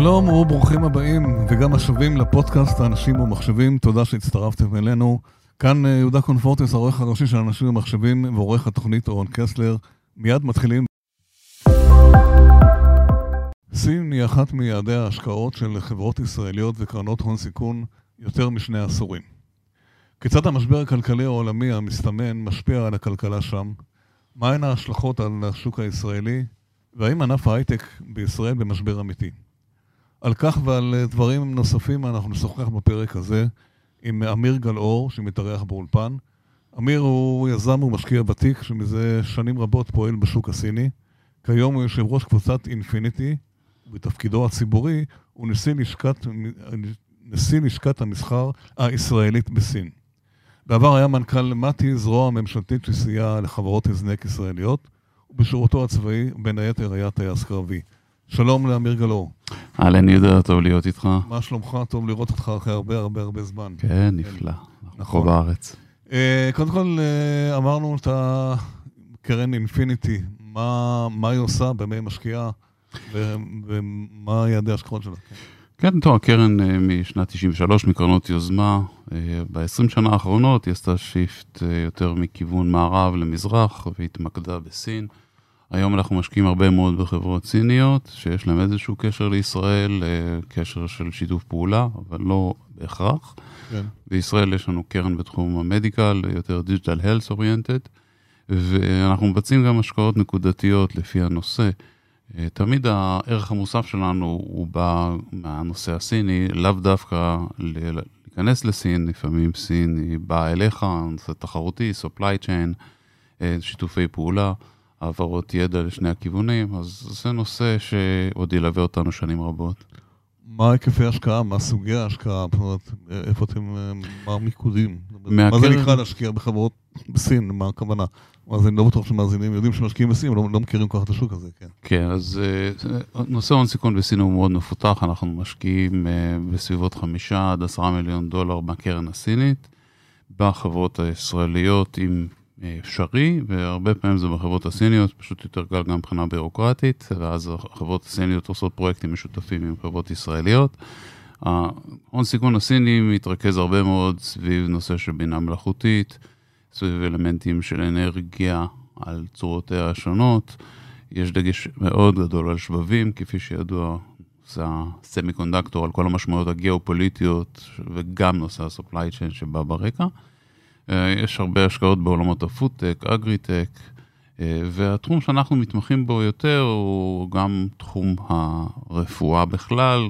שלום וברוכים הבאים וגם השבים לפודקאסט האנשים ומחשבים. תודה שהצטרפתם אלינו. כאן יהודה קונפורטס, העורך הראשי של אנשים ומחשבים ועורך התוכנית אורן קסלר. מיד מתחילים. סין היא אחת מיעדי ההשקעות של חברות ישראליות וקרנות הון סיכון יותר משני עשורים. כיצד המשבר הכלכלי העולמי המסתמן משפיע על הכלכלה שם? מהן ההשלכות על השוק הישראלי? והאם ענף ההייטק בישראל במשבר אמיתי? על כך ועל דברים נוספים אנחנו נשוחח בפרק הזה עם אמיר גלאור שמתארח באולפן. אמיר הוא יזם ומשקיע ותיק שמזה שנים רבות פועל בשוק הסיני. כיום הוא יושב ראש קבוצת אינפיניטי, ובתפקידו הציבורי הוא נשיא לשכת המסחר הישראלית בסין. בעבר היה מנכ"ל מתי, זרוע הממשלתית שסייעה לחברות הזנק ישראליות, ובשירותו הצבאי בין היתר היה טייס קרבי. שלום לאמיר גלאור. אהלן יהודה, טוב להיות איתך. מה שלומך? טוב לראות אותך אחרי הרבה זמן. כן, נפלא. נכון. בארץ. קודם כל אמרנו את הקרן אינפיניטי, מה היא עושה, במה היא משקיעה, ומה יעדי ההשקעות שלה. כן, טוב, הקרן משנת 93 מקרנות יוזמה. ב-20 שנה האחרונות היא עשתה שיפט יותר מכיוון מערב למזרח, והתמקדה בסין. היום אנחנו משקיעים הרבה מאוד בחברות סיניות, שיש להם איזשהו קשר לישראל, קשר של שיתוף פעולה, אבל לא בהכרח. כן. בישראל יש לנו קרן בתחום המדיקל, יותר דיג'יטל הלס אוריינטד, ואנחנו מבצעים גם השקעות נקודתיות לפי הנושא. תמיד הערך המוסף שלנו הוא בא מהנושא הסיני, לאו דווקא להיכנס לסין, לפעמים סין היא באה אליך, נושא תחרותי, supply chain, שיתופי פעולה, העברות ידע לשני הכיוונים, אז זה נושא שעוד ילווה אותנו שנים רבות. מה היקפי ההשקעה? מה סוגי ההשקעה? איפה אתם, מה המיקודים? מה זה נקרא להשקיע בחברות בסין? מה הכוונה? אז אני לא בטוח שמאזינים יודעים שמשקיעים בסין, אבל לא מכירים כל כך את השוק הזה, כן. כן, אז נושא הון סיכון בסין הוא מאוד מפותח, אנחנו משקיעים בסביבות 5-10 מיליון דולר בקרן הסינית, בחברות הישראליות עם אפשרי, והרבה פעמים זה בחברות הסיניות, פשוט יותר קל גם מבחינה בירוקרטית, ואז החברות הסיניות עושות פרויקטים משותפים עם חברות ישראליות. ההון סיכון הסיני מתרכז הרבה מאוד סביב נושא של בינה מלאכותית, סביב אלמנטים של אנרגיה על צורותיה השונות. יש דגש מאוד גדול על שבבים, כפי שידוע, זה הסמיקונדקטור, על כל המשמעויות הגיאופוליטיות, וגם נושא ה-supply chain שבא ברקע. יש הרבה השקעות בעולמות הפודטק, אגריטק, והתחום שאנחנו מתמחים בו יותר הוא גם תחום הרפואה בכלל,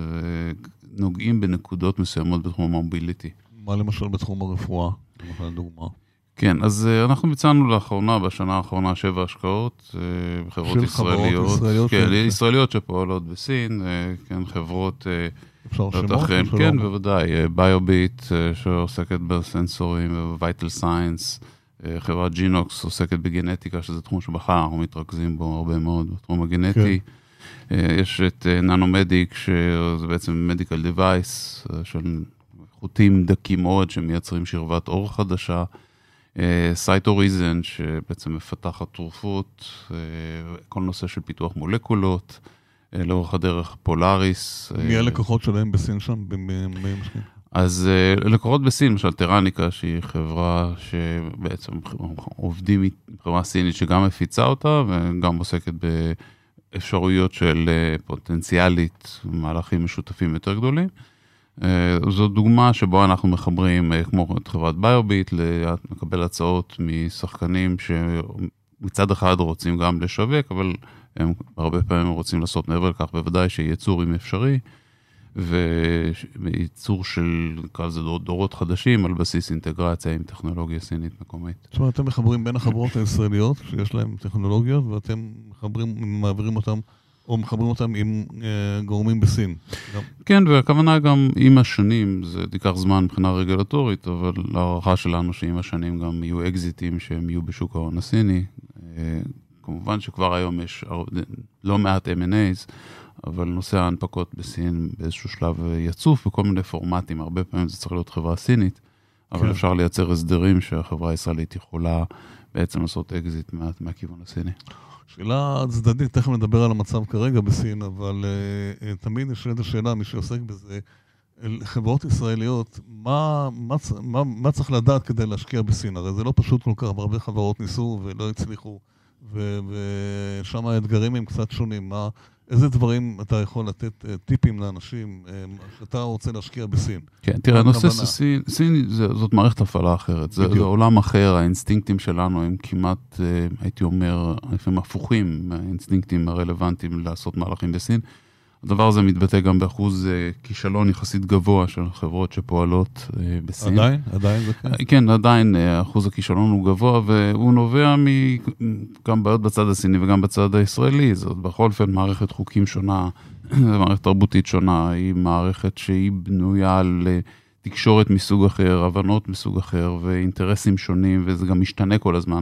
ונוגעים בנקודות מסוימות בתחום המוביליטי. מה למשל בתחום הרפואה? למשל דוגמה. כן, אז אנחנו ביצענו לאחרונה, בשנה האחרונה, 7 השקעות בחברות ישראליות. כן, ישראליות שפועלות בסין, כן, חברות אפשר שמות? כן, בוודאי. ביוביט שעוסקת בסנסורים ווייטל סיינס, חברת ג'ינוקס עוסקת בגנטיקה, שזה תחום שבכלל אנחנו מתרכזים בו הרבה מאוד בתחום הגנטי. יש את ננומדיק, שזה בעצם מדיקל דיווייס, של חוטים דקים מאוד שמייצרים שכבת אור חדשה. סייטוריזן, שבעצם מפתחת תרופות, כל נושא של פיתוח מולקולות, לאורך הדרך פולאריס. מי הלקוחות שלהם בסין שם? אז לקוחות בסין, למשל טרניקה, שהיא חברה שבעצם עובדים עם חברה סינית שגם מפיצה אותה, וגם עוסקת באפשרויות של פוטנציאלית, מהלכים משותפים יותר גדולים. זו דוגמה שבו אנחנו מחברים, כמו את חברת ביוביט, לקבל הצעות משחקנים שמצד אחד רוצים גם לשווק, אבל הם הרבה פעמים רוצים לעשות מעבר לכך, בוודאי שייצור עם אפשרי, וייצור של דורות חדשים על בסיס אינטגרציה עם טכנולוגיה סינית מקומית. זאת אומרת, אתם מחברים בין החברות הישראליות, שיש להם טכנולוגיות, ואתם מעבירים אותם, או מחברים אותם עם גורמים בסין. כן, והכוונה גם עם השנים, זה תיקח זמן מבחינה רגולטורית, אבל להערכה שלנו שעם השנים גם יהיו אקזיטים שהם יהיו בשוק ההון הסיני. כמובן שכבר היום יש לא מעט M&A's, אבל נושא ההנפקות בסין באיזשהו שלב יצוף בכל מיני פורמטים, הרבה פעמים זה צריך להיות חברה סינית, אבל אפשר לייצר הסדרים שהחברה הישראלית יכולה בעצם לעשות אקזיט מהכיוון הסיני. שאלה צדדית, תכף נדבר על המצב כרגע בסין, אבל תמיד נשאלת השאלה, מי שעוסק בזה, חברות ישראליות, מה צריך לדעת כדי להשקיע בסין? הרי זה לא פשוט כל כך, הרבה חברות ניסו ולא הצליחו, ושם האתגרים הם קצת שונים. איזה דברים אתה יכול לתת טיפים לאנשים שאתה רוצה להשקיע בסין? כן, תראה, הנושא סין זאת מערכת הפעלה אחרת, זה עולם אחר, האינסטינקטים שלנו הם כמעט, הייתי אומר, לפעמים הפוכים מהאינסטינקטים הרלוונטיים לעשות מהלכים בסין. הדבר הזה מתבטא גם באחוז כישלון יחסית גבוה של חברות שפועלות בסין. עדיין זה כן? כן, עדיין אחוז הכישלון הוא גבוה, והוא נובע גם בעיות בצד הסיני וגם בצד הישראלי. זאת בכל אופן מערכת חוקים שונה, מערכת תרבותית שונה, היא מערכת שהיא בנויה על תקשורת מסוג אחר, הבנות מסוג אחר, ואינטרסים שונים, וזה גם משתנה כל הזמן,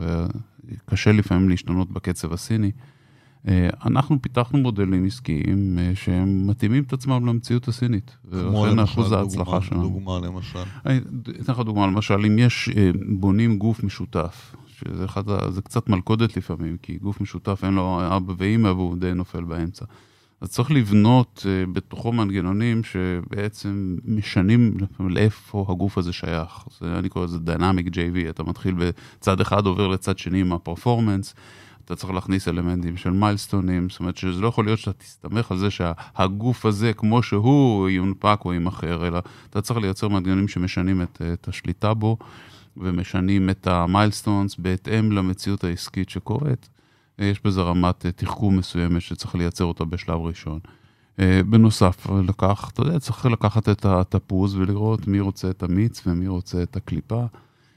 וקשה לפעמים להשתנות בקצב הסיני. אנחנו פיתחנו מודלים עסקיים שהם מתאימים את עצמם למציאות הסינית. כמו למשל, דוגמה למשל. אתן לך דוגמה, למשל, אם יש בונים גוף משותף, זה קצת מלכודת לפעמים, כי גוף משותף אין לו אבא ואמא והוא די נופל באמצע. אז צריך לבנות בתוכו מנגנונים שבעצם משנים לאיפה הגוף הזה שייך. אני קורא לזה Dynamic JV, אתה מתחיל בצד אחד, עובר לצד שני עם הפרפורמנס, אתה צריך להכניס אלמנטים של מיילסטונים, זאת אומרת שזה לא יכול להיות שאתה תסתמך על זה שהגוף הזה כמו שהוא יונפק או יימחר, אלא אתה צריך לייצר מנגנונים שמשנים את השליטה בו, ומשנים את המיילסטונס בהתאם למציאות העסקית שקורית. יש בזה רמת תחכום מסוימת שצריך לייצר אותה בשלב ראשון. בנוסף, אתה יודע, צריך לקחת את התפוז ולראות מי רוצה את המיץ ומי רוצה את הקליפה,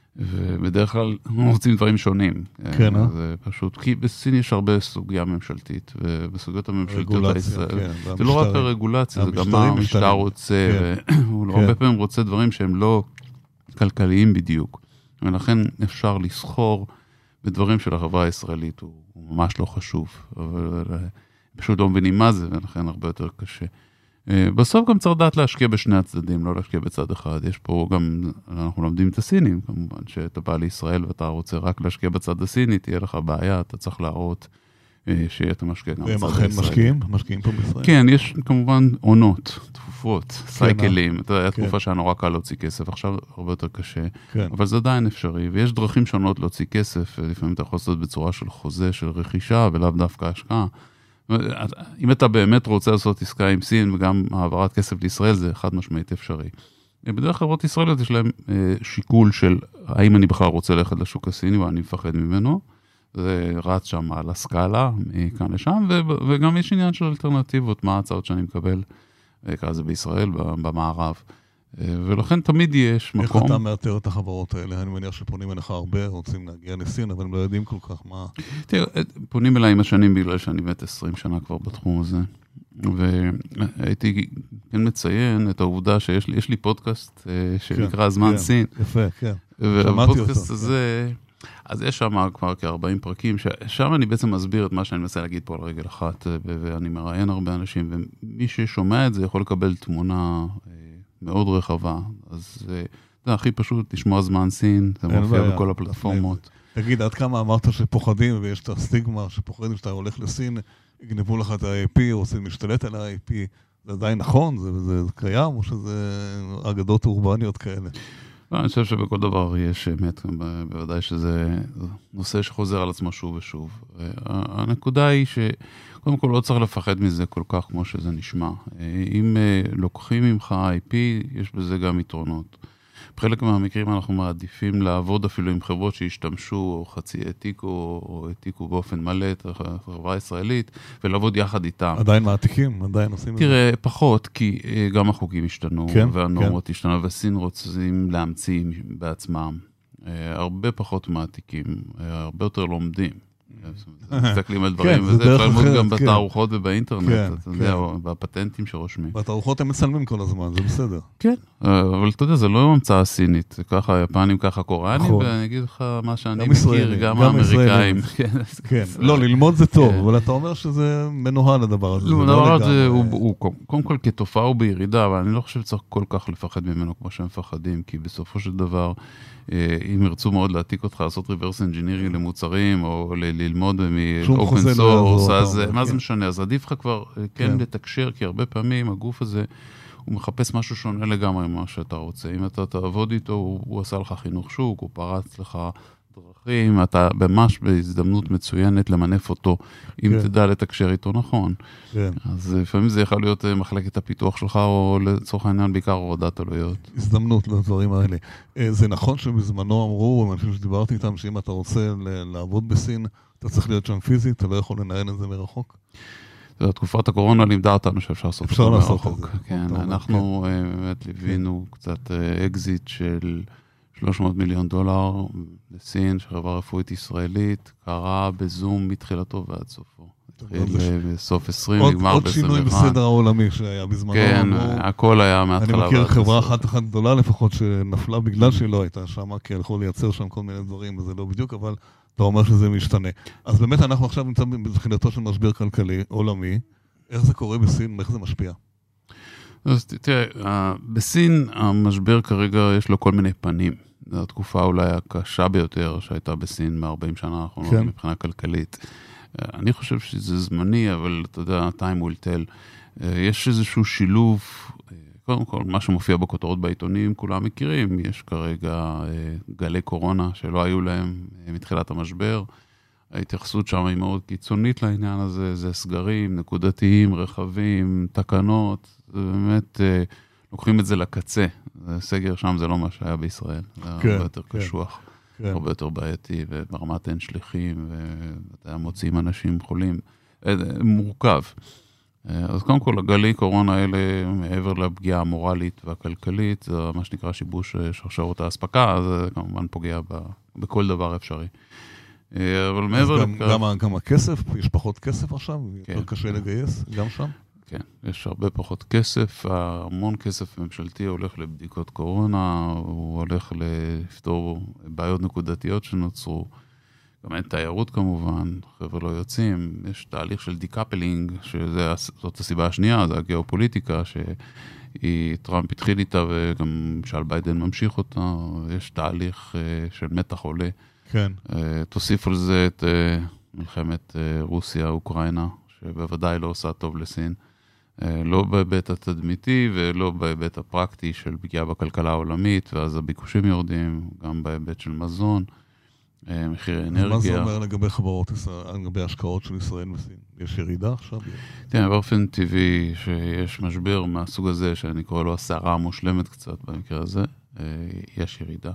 ובדרך כלל אנחנו רוצים דברים שונים. כן, זה פשוט, כי בסין יש הרבה סוגיה ממשלתית, ובסוגיות הממשלתיות הישראל, זה לא רק הרגולציה, זה גם מה המשטר רוצה, הוא הרבה פעמים רוצה דברים שהם לא כלכליים בדיוק, ולכן אפשר לסחור בדברים של החברה הישראלית, הוא ממש לא חשוב, אבל פשוט לא מבינים מה זה, ולכן הרבה יותר קשה. בסוף גם צריך לדעת להשקיע בשני הצדדים, לא להשקיע בצד אחד. יש פה גם, אנחנו לומדים את הסינים, כמובן, שאתה בא לישראל ואתה רוצה רק להשקיע בצד הסיני, תהיה לך בעיה, אתה צריך להראות שאתה משקיע גם בצד הישראלי. והם אכן משקיעים פה בישראל? כן, יש כמובן עונות, תפופות, סייקלים. היה תקופה שהיה נורא קל להוציא כסף, עכשיו הרבה יותר קשה, אבל זה עדיין אפשרי, ויש דרכים שונות להוציא כסף, לפעמים אתה יכול לעשות בצורה של חוזה, של רכישה, ולאו דווקא השקעה. אם אתה באמת רוצה לעשות עסקה עם סין וגם העברת כסף לישראל, זה חד משמעית אפשרי. בדרך חברות ישראליות יש להם שיקול של האם אני בכלל רוצה ללכת לשוק הסיני ואני מפחד ממנו, זה רץ שם על הסקאלה, מכאן לשם, וגם יש עניין של אלטרנטיבות, מה ההצעות שאני מקבל, ככה זה בישראל, במערב. ולכן תמיד יש מקום. איך אתה מאתר את החברות האלה? אני מניח שפונים אליך הרבה, רוצים להגיע לסין, אבל הם לא יודעים כל כך מה. תראה, פונים אליי עם השנים בגלל שאני באמת 20 שנה כבר בתחום הזה, והייתי כן מציין את העובדה שיש לי פודקאסט שנקרא זמן סין. יפה, כן. והפודקאסט הזה, אז יש שם כבר כ-40 פרקים, שם אני בעצם מסביר את מה שאני מנסה להגיד פה על רגל אחת, ואני מראיין הרבה אנשים, ומי ששומע את זה יכול לקבל תמונה מאוד רחבה, אז זה הכי פשוט לשמוע זמן סין, זה מופיע בכל הפלטפורמות. תגיד, עד כמה אמרת שפוחדים, ויש את הסטיגמה שפוחדים שאתה הולך לסין, יגנבו לך את ה-IP, רוצים להשתלט על ה-IP, זה עדיין נכון? זה קיים, או שזה אגדות אורבניות כאלה? אני חושב שבכל דבר יש אמת, בוודאי שזה נושא שחוזר על עצמו שוב ושוב. הנקודה היא שקודם כל לא צריך לפחד מזה כל כך כמו שזה נשמע. אם לוקחים ממך IP, יש בזה גם יתרונות. בחלק מהמקרים אנחנו מעדיפים לעבוד אפילו עם חברות שהשתמשו או חצי העתיקו או העתיקו באופן מלא את החברה הישראלית ולעבוד יחד איתם. עדיין מעתיקים, עדיין עושים את זה. תראה, פחות, כי גם החוקים השתנו והנורמות השתנו, וסין רוצים להמציא בעצמם. הרבה פחות מעתיקים, הרבה יותר לומדים. מסתכלים על דברים, וזה אפשר ללמוד גם בתערוכות ובאינטרנט, אתה יודע, בפטנטים שרושמים. בתערוכות הם מצלמים כל הזמן, זה בסדר. כן, אבל אתה יודע, זה לא המצאה סינית, ככה יפנים, ככה קוראנים, ואני אגיד לך מה שאני מכיר, גם האמריקאים. כן, לא, ללמוד זה טוב, אבל אתה אומר שזה מנוהל הדבר הזה. לא, הדבר הזה הוא קודם כל כתופעה הוא בירידה, אבל אני לא חושב שצריך כל כך לפחד ממנו כמו שהם מפחדים, כי בסופו של דבר, אם ירצו מאוד להעתיק אותך, לעשות reverse engineering למוצרים, או ללמוד מ-open source, אז מה זה משנה? אז עדיף לך כבר כן לתקשר, כי הרבה פעמים הגוף הזה, הוא מחפש משהו שונה לגמרי ממה שאתה רוצה. אם אתה תעבוד איתו, הוא עשה לך חינוך שוק, הוא פרץ לך דרכים, אתה ממש בהזדמנות מצוינת למנף אותו, אם תדע לתקשר איתו נכון. אז לפעמים זה יכול להיות מחלקת הפיתוח שלך, או לצורך העניין בעיקר הורדת עלויות. הזדמנות לדברים האלה. זה נכון שבזמנו אמרו, אני חושב שדיברתי איתם, שאם אתה רוצה לעבוד בסין, אתה צריך להיות שם פיזית, אתה לא יכול לנהל את זה מרחוק? תקופת הקורונה לימדה אותנו שאפשר לעשות את זה מרחוק. כן, אנחנו באמת ליווינו קצת אקזיט של $300 מיליון לסין, שחברה רפואית ישראלית, קרה בזום מתחילתו ועד סופו. התחיל בסוף 20, נגמר ב-21. עוד שינוי בסדר העולמי שהיה בזמנו. כן, הכל היה מההתחלה. אני מכיר חברה אחת גדולה לפחות שנפלה בגלל שהיא לא הייתה שם, כי הלכו לייצר שם כל מיני דברים, וזה לא בדיוק, אבל אתה אומר שזה משתנה. אז באמת אנחנו עכשיו נמצאים בתחילתו של משבר כלכלי עולמי. איך זה קורה בסין? איך זה משפיע? אז תראה, בסין המשבר כרגע יש לו כל מיני פנים. זו התקופה אולי הקשה ביותר שהייתה בסין מ-40 שנה האחרונות מבחינה כלכלית. אני חושב שזה זמני, אבל אתה יודע, time will tell. יש איזשהו שילוב, קודם כל, מה שמופיע בכותרות בעיתונים, כולם מכירים. יש כרגע גלי קורונה שלא היו להם מתחילת המשבר. ההתייחסות שם היא מאוד קיצונית לעניין הזה, זה סגרים, נקודתיים, רחבים, תקנות, זה באמת לוקחים את זה לקצה. סגר שם זה לא מה שהיה בישראל, זה הרבה יותר קשוח, הרבה יותר בעייתי, וברמת אין שליחים, ומוציאים אנשים חולים, מורכב. אז קודם כל, הגלי קורונה האלה, מעבר לפגיעה המורלית והכלכלית, זה מה שנקרא שיבוש שרשרות ההספקה, זה כמובן פוגע בכל דבר אפשרי. אבל מעבר גם הכסף, יש פחות כסף עכשיו, יותר קשה לגייס, גם שם? כן, יש הרבה פחות כסף, המון כסף ממשלתי הולך לבדיקות קורונה, הוא הולך לפתור בעיות נקודתיות שנוצרו, גם אין תיירות כמובן, חבר'ה לא יוצאים, יש תהליך של דיקאפלינג, שזאת הסיבה השנייה, זה הגיאופוליטיקה, שטראמפ התחיל איתה וגם ממשל ביידן ממשיך אותה, יש תהליך של מתח עולה, כן. תוסיף על זה את מלחמת רוסיה-אוקראינה, שבוודאי לא עושה טוב לסין, לא בהיבט התדמיתי ולא בהיבט הפרקטי של פגיעה בכלכלה העולמית, ואז הביקושים יורדים, גם בהיבט של מזון, מחירי אנרגיה. מה זה אומר לגבי חברות ישראל, לגבי השקעות של ישראל וסין? יש ירידה עכשיו? כן, באופן טבעי שיש משבר מהסוג הזה, שאני קורא לו הסערה המושלמת קצת במקרה הזה, יש ירידה.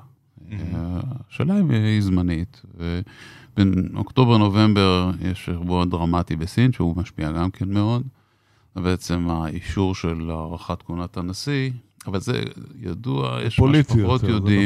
השאלה היא זמנית, ובין אוקטובר-נובמבר יש אירוע דרמטי בסין, שהוא משפיע גם כן מאוד, ובעצם האישור של הארכת כהונת הנשיא, אבל זה ידוע, יש משפחות יודעים,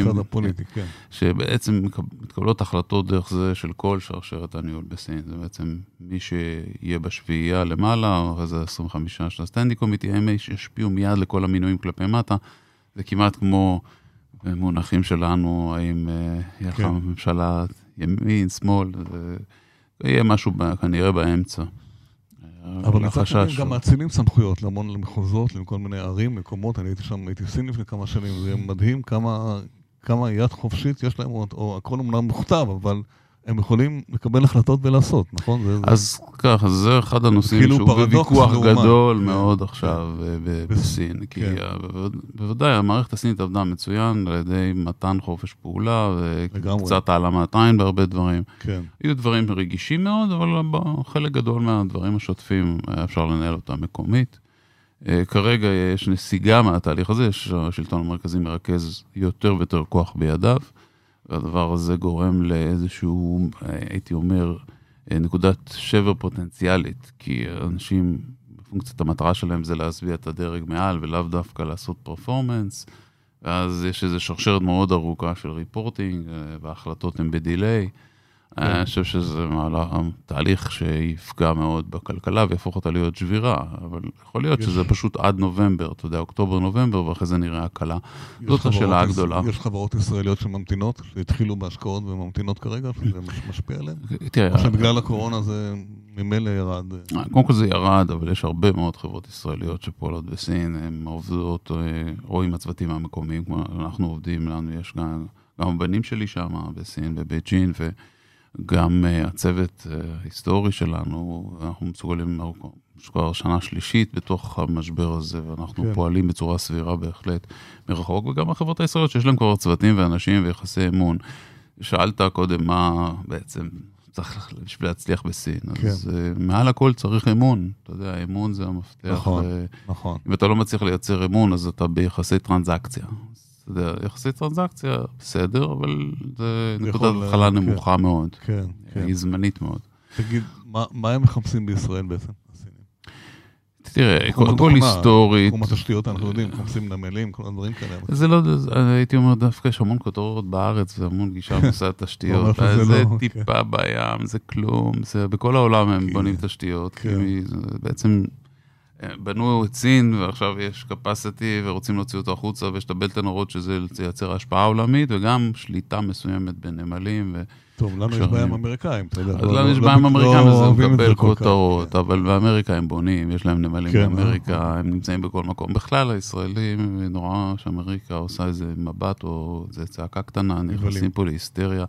שבעצם מתקבלות החלטות דרך זה של כל שרשרת הניהול בסין, זה בעצם מי שיהיה בשביעייה למעלה, או איזה 25 של הסטנדי קומיטי, הם ישפיעו מיד לכל המינויים כלפי מטה, זה כמעט כמו במונחים שלנו, האם יהיה ממשלה ימין, שמאל, יהיה משהו כנראה באמצע. אבל מצד שני גם מאצילים סמכויות להמון למחוזות, לכל מיני ערים, מקומות, אני הייתי שם, הייתי בסין לפני כמה שנים, זה מדהים כמה יד חופשית יש להם, או הכל אומנם מוכתב, אבל הם יכולים לקבל החלטות ולעשות, נכון? אז ככה, זה אחד הנושאים שהוא בוויכוח גדול מאוד עכשיו בסין, כי בוודאי המערכת הסינית עבדה מצוין על ידי מתן חופש פעולה, וקצת העלמת עין בהרבה דברים. היו דברים רגישים מאוד, אבל חלק גדול מהדברים השוטפים אפשר לנהל אותם מקומית. כרגע יש נסיגה מהתהליך הזה, השלטון המרכזי מרכז יותר ויותר כוח בידיו, והדבר הזה גורם לאיזשהו, הייתי אומר, נקודת שבר פוטנציאלית, כי אנשים, פונקציית המטרה שלהם זה להסביע את הדרג מעל, ולאו דווקא לעשות פרפורמנס, ואז יש איזו שרשרת מאוד ארוכה של ריפורטינג, וההחלטות הן בדיליי. אני חושב שזה תהליך שיפגע מאוד בכלכלה, ויהפוך אותה להיות שבירה, אבל יכול להיות שזה פשוט עד נובמבר, אתה יודע, אוקטובר-נובמבר, ואחרי זה נראה הקלה. זאת השאלה הגדולה. יש חברות ישראליות שממתינות, שהתחילו בהשקעות וממתינות כרגע, שזה משפיע עליהן? או שבגלל הקורונה זה ממילא ירד? קודם כל זה ירד, אבל יש הרבה מאוד חברות ישראליות שפועלות בסין, הן עובדות או עם הצוותים המקומיים, כמו אנחנו עובדים, לנו יש גם הבנים שלי שם בסין, בבייג'ין, גם הצוות ההיסטורי שלנו, אנחנו מסוגלים כבר שנה שלישית בתוך המשבר הזה, ואנחנו פועלים בצורה סבירה בהחלט מרחוק, וגם החברות הישראליות שיש להם כבר צוותים ואנשים ויחסי אמון. שאלת קודם מה בעצם צריך בשביל להצליח בסין, אז מעל הכל צריך אמון, אתה יודע, אמון זה המפתח. נכון. אם אתה לא מצליח לייצר אמון, אז אתה ביחסי טרנזקציה. אתה יודע, יחסי טרנזקציה בסדר, אבל זה נקודת התחלה נמוכה מאוד. כן. היא זמנית מאוד. תגיד, מה הם מחפשים בישראל בעצם? תראה, קודם כל היסטורית. תחום התשתיות אנחנו יודעים, מחפשים נמלים, כל הדברים כאלה. זה לא, הייתי אומר דווקא יש המון כותרות בארץ, והמון גישה בנושא התשתיות. זה טיפה בים, זה כלום, בכל העולם הם בונים תשתיות, כי בעצם בנו את סין, ועכשיו יש capacity, ורוצים להוציא אותו החוצה, ויש את הבלטנורות שזה ייצר השפעה עולמית, וגם שליטה מסוימת בנמלים. טוב, לנו יש בעיה עם אמריקאים, אתה יודע. אז לנו יש בעיה עם אמריקאים, וזה מקבל כותרות, אבל באמריקה הם בונים, יש להם נמלים באמריקה, הם נמצאים בכל מקום. בכלל, הישראלים, נורא שאמריקה עושה איזה מבט, או איזה צעקה קטנה, נכנסים פה להיסטריה.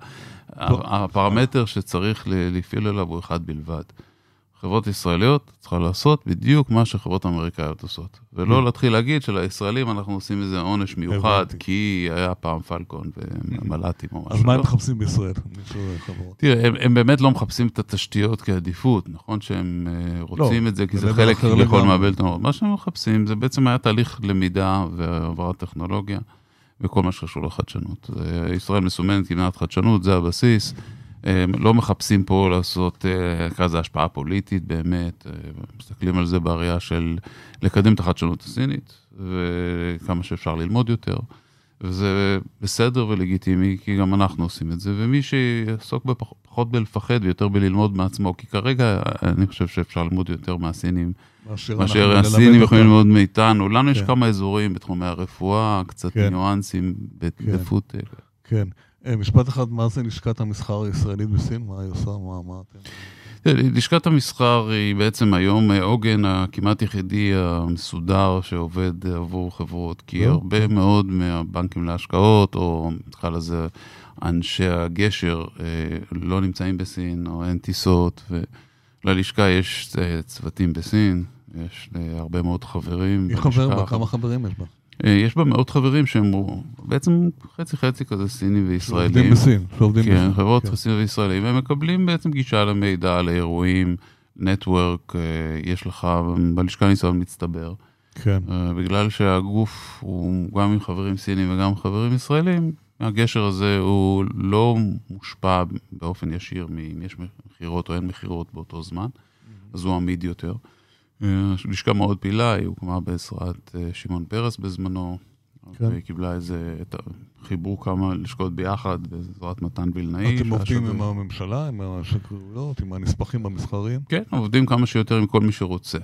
הפרמטר שצריך להפעיל אליו הוא אחד בלבד. חברות ישראליות צריכה לעשות בדיוק מה שחברות אמריקאיות עושות. ולא להתחיל להגיד שלישראלים אנחנו עושים איזה עונש מיוחד, כי היה פעם פלקון ומלאטים או משהו. אז מה הם מחפשים בישראל? תראה, הם באמת לא מחפשים את התשתיות כעדיפות, נכון שהם רוצים את זה, כי זה חלק יכול מעבל את הנורות. מה שהם מחפשים זה בעצם היה תהליך למידה והעברת טכנולוגיה, וכל מה שקשור לחדשנות. ישראל מסומנת כמעט חדשנות, זה הבסיס. לא מחפשים פה לעשות כזה השפעה פוליטית באמת, מסתכלים על זה בראייה של לקדם את החדשנות הסינית, וכמה שאפשר ללמוד יותר, וזה בסדר ולגיטימי, כי גם אנחנו עושים את זה, ומי שיעסוק פחות בלפחד ויותר בללמוד מעצמו, כי כרגע אני חושב שאפשר ללמוד יותר מהסינים, מאשר הסינים יכולים ללמוד מאיתנו, לנו יש כמה אזורים בתחומי הרפואה, קצת ניואנסים בפוטק. כן. משפט אחד, מה זה לשכת המסחר הישראלית בסין? מה היא עושה? מה אתם? לשכת המסחר היא בעצם היום עוגן הכמעט יחידי המסודר שעובד עבור חברות, כי הרבה מאוד מהבנקים להשקעות, או נקרא לזה אנשי הגשר, לא נמצאים בסין, או אין טיסות, וללשכה יש צוותים בסין, יש הרבה מאוד חברים. היא חבר בה, כמה חברים יש בה? יש בה מאות חברים שהם בעצם חצי כזה סינים וישראלים. שעובדים בסין. כן, חברות סינים וישראלים. הם מקבלים בעצם גישה למידע, לאירועים, נטוורק, יש לך בלשכה ניסיון מצטבר. כן. בגלל שהגוף הוא גם עם חברים סינים וגם חברים ישראלים, הגשר הזה הוא לא מושפע באופן ישיר אם יש מחירות או אין מחירות באותו זמן, אז הוא עמיד יותר. לשכה מאוד פעילה, היא הוקמה בעזרת שמעון פרס בזמנו, והיא קיבלה איזה חיבור כמה לשכות ביחד בעזרת מתן וילנאי. אתם עובדים עם הממשלה, עם השגרירויות, עם הנספחים המסחריים? כן, עובדים כמה שיותר עם כל מי שרוצה.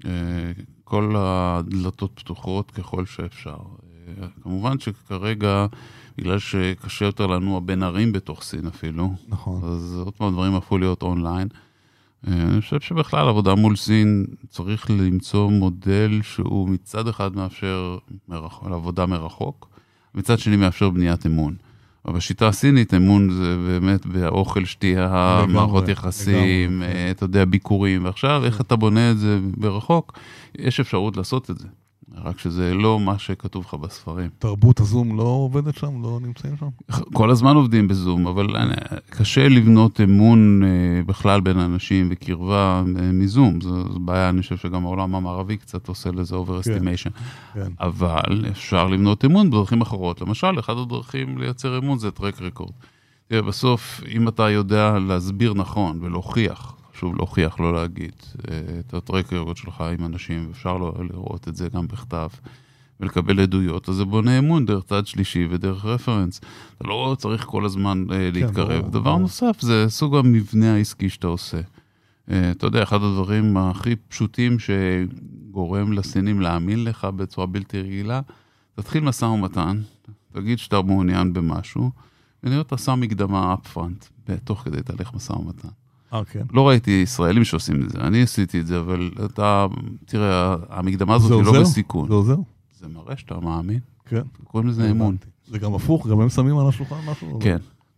כל הדלתות פתוחות ככל שאפשר. כמובן שכרגע, בגלל שקשה יותר לנו בין ערים בתוך סין אפילו, אז עוד פעם דברים הפכו להיות אונליין. אני חושב שבכלל עבודה מול סין צריך למצוא מודל שהוא מצד אחד מאפשר עבודה מרחוק, מצד שני מאפשר בניית אמון. אבל בשיטה הסינית אמון זה באמת באוכל, שתייה, מערכות יחסים, אתה יודע, ביקורים, ועכשיו איך אתה בונה את זה ברחוק, יש אפשרות לעשות את זה. רק שזה לא מה שכתוב לך בספרים. תרבות הזום לא עובדת שם? לא נמצאים שם? כל הזמן עובדים בזום, אבל קשה לבנות אמון בכלל בין אנשים וקרבה מזום. זו בעיה, אני חושב שגם העולם המערבי קצת עושה לזה overestimation. אבל אפשר לבנות אמון בדרכים אחרות. למשל, אחד הדרכים לייצר אמון זה טרק רקורד. בסוף, אם אתה יודע להסביר נכון ולהוכיח, חשוב להוכיח, לא להגיד, את הטרק רקורד שלך עם אנשים, אפשר לראות את זה גם בכתב, ולקבל עדויות, אז זה בונה אמון דרך צד שלישי ודרך רפרנס. אתה לא צריך כל הזמן להתקרב. דבר נוסף, זה סוג המבנה העסקי שאתה עושה. אתה יודע, אחד הדברים הכי פשוטים שגורם לסינים להאמין לך בצורה בלתי רגילה, תתחיל משא ומתן, תגיד שאתה מעוניין במשהו, ונראה אתה שם מקדמה אפפרנט, תוך כדי תהליך משא ומתן. לא ראיתי ישראלים שעושים את זה, אני עשיתי את זה, אבל אתה, תראה, המקדמה הזאת היא לא בסיכון. זה עוזר? זה מראה שאתה מאמין. כן. קוראים לזה אמון. זה גם הפוך, גם הם שמים על השולחן משהו? כן,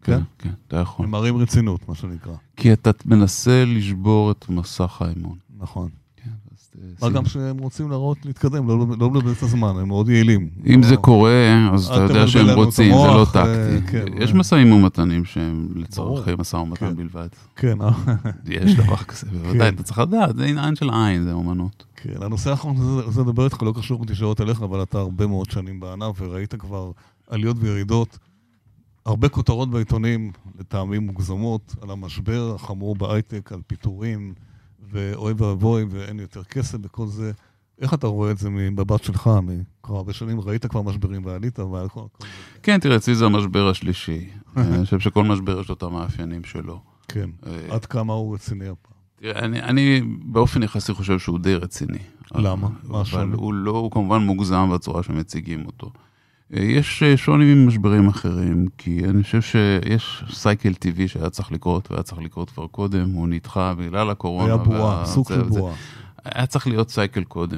כן? כן, אתה יכול. הם מראים רצינות, מה שנקרא. כי אתה מנסה לשבור את מסך האמון. נכון. כן, מה גם שהם רוצים להראות להתקדם, לא לבזבז את הזמן, הם מאוד יעילים. אם זה קורה, אז אתה יודע שהם רוצים, זה לא טקטי. יש משאים ומתנים שהם לצורכי משא ומתן בלבד. כן. יש דבר כזה, בוודאי, אתה צריך לדעת, זה עניין של עין, זה אומנות. כן, הנושא האחרון, זה לדבר איתך, לא קשור בתשארות עליך, אבל אתה הרבה מאוד שנים בענף, וראית כבר עליות וירידות, הרבה כותרות בעיתונים, לטעמים מוגזמות, על המשבר החמור בהייטק, על פיטורים, ואוי ואבוי, ואין יותר כסף בכל זה. איך אתה רואה את זה מבבת שלך? כבר הרבה שנים ראית כבר משברים ועלית, אבל כל זה. כן, תראה, אצלי זה המשבר השלישי. אני חושב שכל משבר יש לו את המאפיינים שלו. כן, עד כמה הוא רציני הפעם? תראה, אני באופן יחסי חושב שהוא די רציני. למה? אבל הוא כמובן מוגזם בצורה שמציגים אותו. יש שונים ממשברים אחרים, כי אני חושב שיש סייקל טבעי שהיה צריך לקרות, והיה צריך לקרות כבר קודם, הוא נדחה בגלל הקורונה. היה בועה, סוג של בועה. היה צריך להיות סייקל קודם,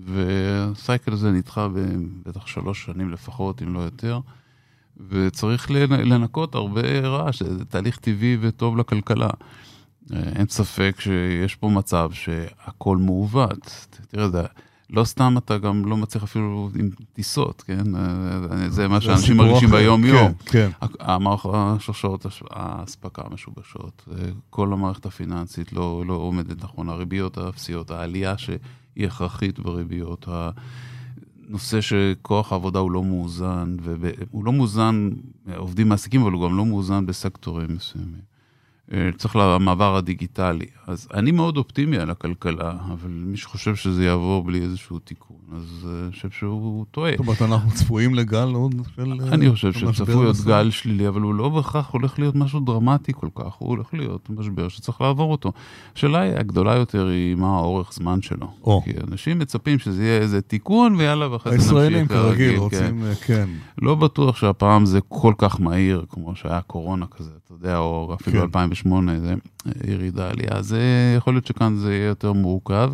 והסייקל הזה נדחה בטח 3 שנים לפחות, אם לא יותר, וצריך לנקות הרבה רעש, זה תהליך טבעי וטוב לכלכלה. אין ספק שיש פה מצב שהכל מעוות. תראה, לא סתם אתה גם לא מצליח אפילו עם טיסות, כן? זה מה שאנשים מרגישים ביום יום. כן. השרשרות ההספקה המשובשות, כל המערכת הפיננסית לא עומדת נכון, הריביות האפסיות, העלייה שהיא הכרחית בריביות, הנושא שכוח העבודה הוא לא מאוזן, והוא לא מאוזן, עובדים מעסיקים, אבל הוא גם לא מאוזן בסקטורים מסוימים. צריך למעבר הדיגיטלי. אז אני מאוד אופטימי על הכלכלה, אבל מי שחושב שזה יעבור בלי איזשהו תיקון, אז אני חושב שהוא טועה. זאת אומרת, אנחנו צפויים לגל עוד של... אני חושב שצפוי עוד גל שלילי, אבל הוא לא בהכרח הולך להיות משהו דרמטי כל כך, הוא הולך להיות משבר שצריך לעבור אותו. השאלה הגדולה יותר היא מה האורך זמן שלו. כי אנשים מצפים שזה יהיה איזה תיקון, ויאללה, ואחרי זה נמשיך. הישראלים כרגיל רוצים, כן. לא בטוח שהפעם זה כל כך מהיר, כמו שהיה קורונה כזה, אתה יודע, או אפילו 2008, זה ירידה עלייה. זה יכול להיות שכאן זה יהיה יותר מורכב.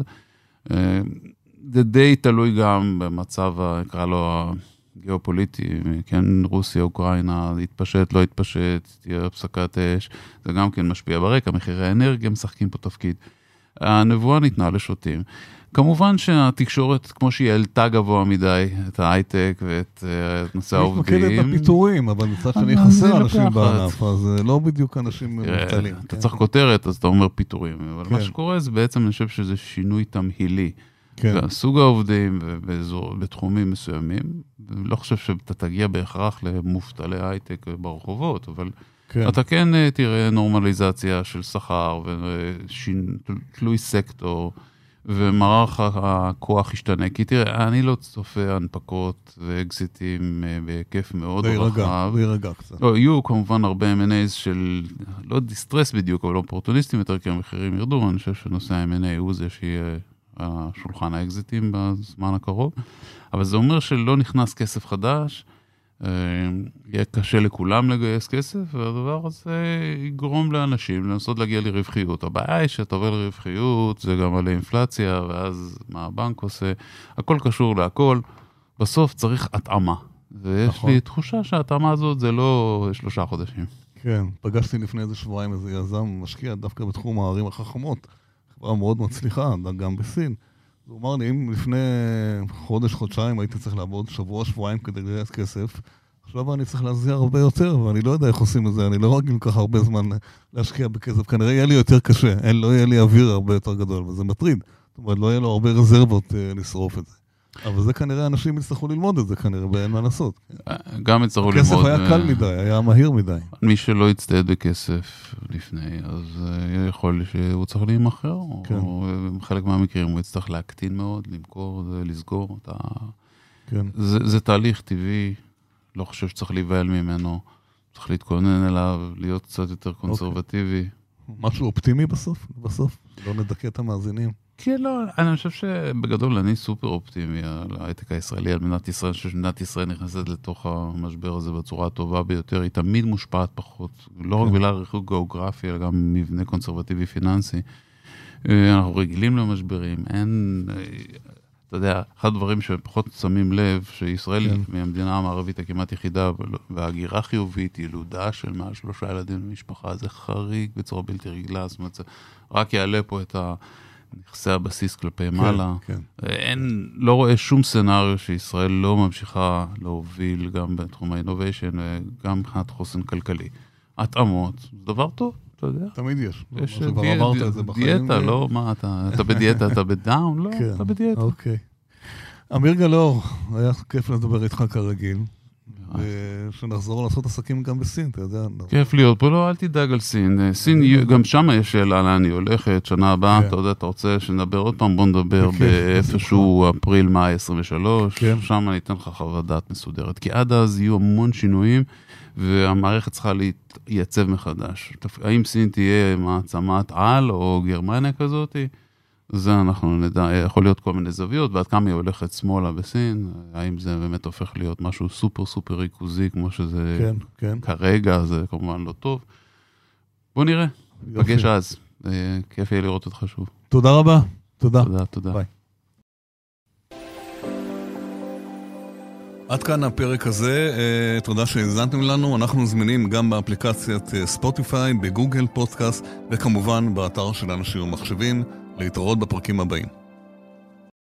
זה די תלוי גם במצב, נקרא לו, הגיאופוליטי, כן, רוסיה, אוקראינה, התפשט, לא התפשט, תהיה הפסקת אש, זה גם כן משפיע ברקע, מחירי האנרגיה משחקים פה תפקיד. הנבואה ניתנה לשוטים. כמובן שהתקשורת, כמו שהיא העלתה גבוה מדי, את ההייטק ואת נושא העובדים. היא מתמקדת בפיטורים, אבל מצד שני חסר אנשים בענף, אז לא בדיוק אנשים מובטלים. אתה צריך כותרת, אז אתה אומר פיטורים, אבל מה שקורה זה בעצם, אני חושב שזה שינוי תמהילי. סוג העובדים בתחומים מסוימים, לא חושב שאתה תגיע בהכרח למובטלי הייטק ברחובות, אבל אתה כן תראה נורמליזציה של שכר, ותלוי סקטור, ומערך הכוח ישתנה, כי תראה, אני לא צופה הנפקות ואקזיטים בהיקף מאוד רחב. וירגע קצת. לא, יהיו כמובן הרבה M&A's של, לא דיסטרס בדיוק, אבל אופורטוניסטים יותר, כי המחירים ירדו, אני חושב שנושא ה-M&A הוא זה שיהיה השולחן האקזיטים בזמן הקרוב, אבל זה אומר שלא נכנס כסף חדש, יהיה קשה לכולם לגייס כסף, והדבר הזה יגרום לאנשים לנסות להגיע לרווחיות. הבעיה היא שאתה עובר לרווחיות, זה גם עלי אינפלציה, ואז מה הבנק עושה, הכל קשור להכל, בסוף צריך התאמה. ויש לי תחושה שההתאמה הזאת זה לא 3 חודשים. כן, פגשתי לפני איזה שבועיים איזה יזם משקיע דווקא בתחום הערים החכמות, חברה מאוד מצליחה, גם בסין. הוא אמר לי, אם לפני חודש-חודשיים הייתי צריך לעבוד שבוע-שבועיים כדי לגייס כסף, עכשיו אני צריך להזיע הרבה יותר, ואני לא יודע איך עושים את זה, אני לא רגיל ככה הרבה זמן להשקיע בכסף, כנראה יהיה לי יותר קשה, לא יהיה לי אוויר הרבה יותר גדול, וזה מטריד. זאת אומרת, לא יהיה לו הרבה רזרבות לשרוף את זה. אבל זה כנראה אנשים יצטרכו ללמוד את זה, כנראה, ואין מה לעשות. גם יצטרכו ללמוד. הכסף היה קל מדי, היה מהיר מדי. מי שלא יצטעד בכסף לפני, אז יכול שהוא צריך להימחר, או בחלק מהמקרים הוא יצטרך להקטין מאוד, למכור, לסגור. זה תהליך טבעי, לא חושב שצריך להיבהל ממנו, צריך להתכונן אליו, להיות קצת יותר קונסרבטיבי. משהו אופטימי בסוף? לא נדכא את המאזינים. כן, לא, אני חושב שבגדול אני סופר אופטימי על ההייטק הישראלי, על מדינת ישראל, אני חושב שמדינת ישראל נכנסת לתוך המשבר הזה בצורה הטובה ביותר, היא תמיד מושפעת פחות, לא רק בגלל ריחוק גיאוגרפי, אלא גם מבנה קונסרבטיבי פיננסי. אנחנו רגילים למשברים, אתה אתה יודע, אחד הדברים שפחות שמים לב, שישראל מהמדינה המערבית הכמעט יחידה, וההגירה חיובית, ילודה של מעל 3 ילדים למשפחה, זה חריג בצורה בלתי רגילה, זאת אומרת, רק יעלה פה את נכסי הבסיס כלפי מעלה. לא רואה שום סנריו שישראל לא ממשיכה להוביל גם בתחום האינוביישן, וגם מבחינת חוסן כלכלי. התאמות, זה דבר טוב. תמיד יש. יש דיאטה, לא? מה, אתה בדיאטה, אתה בדאון? לא, אתה בדיאטה. אוקיי. אמיר גלאור, היה כיף לדבר איתך כרגיל, ושנחזור לעשות עסקים גם בסין, אתה יודע. כיף להיות פה, לא, אל תדאג על סין. סין, גם שם יש שאלה לאן היא הולכת, שנה הבאה, אתה יודע, אתה רוצה שנדבר עוד פעם, בוא נדבר באיפשהו אפריל, מאי 23, שם אני אתן לך חוות דעת מסודרת, כי עד אז יהיו המון שינויים, והמערכת צריכה להתייצב מחדש. האם סין תהיה מעצמת על או גרמניה כזאת? זה אנחנו נדע, יכול להיות כל מיני זוויות, ועד כמה היא הולכת שמאלה בסין, האם זה באמת הופך להיות משהו סופר סופר ריכוזי, כמו שזה כרגע, זה כמובן לא טוב. בוא נראה, פגש אז. כיף יהיה לראות אותך שוב. תודה רבה. תודה. תודה. ביי. עד כאן הפרק הזה, תודה שהזנתם לנו, אנחנו זמינים גם באפליקציית ספוטיפיי, בגוגל פודקאסט, וכמובן באתר של אנשים ומחשבים, להתראות בפרקים הבאים.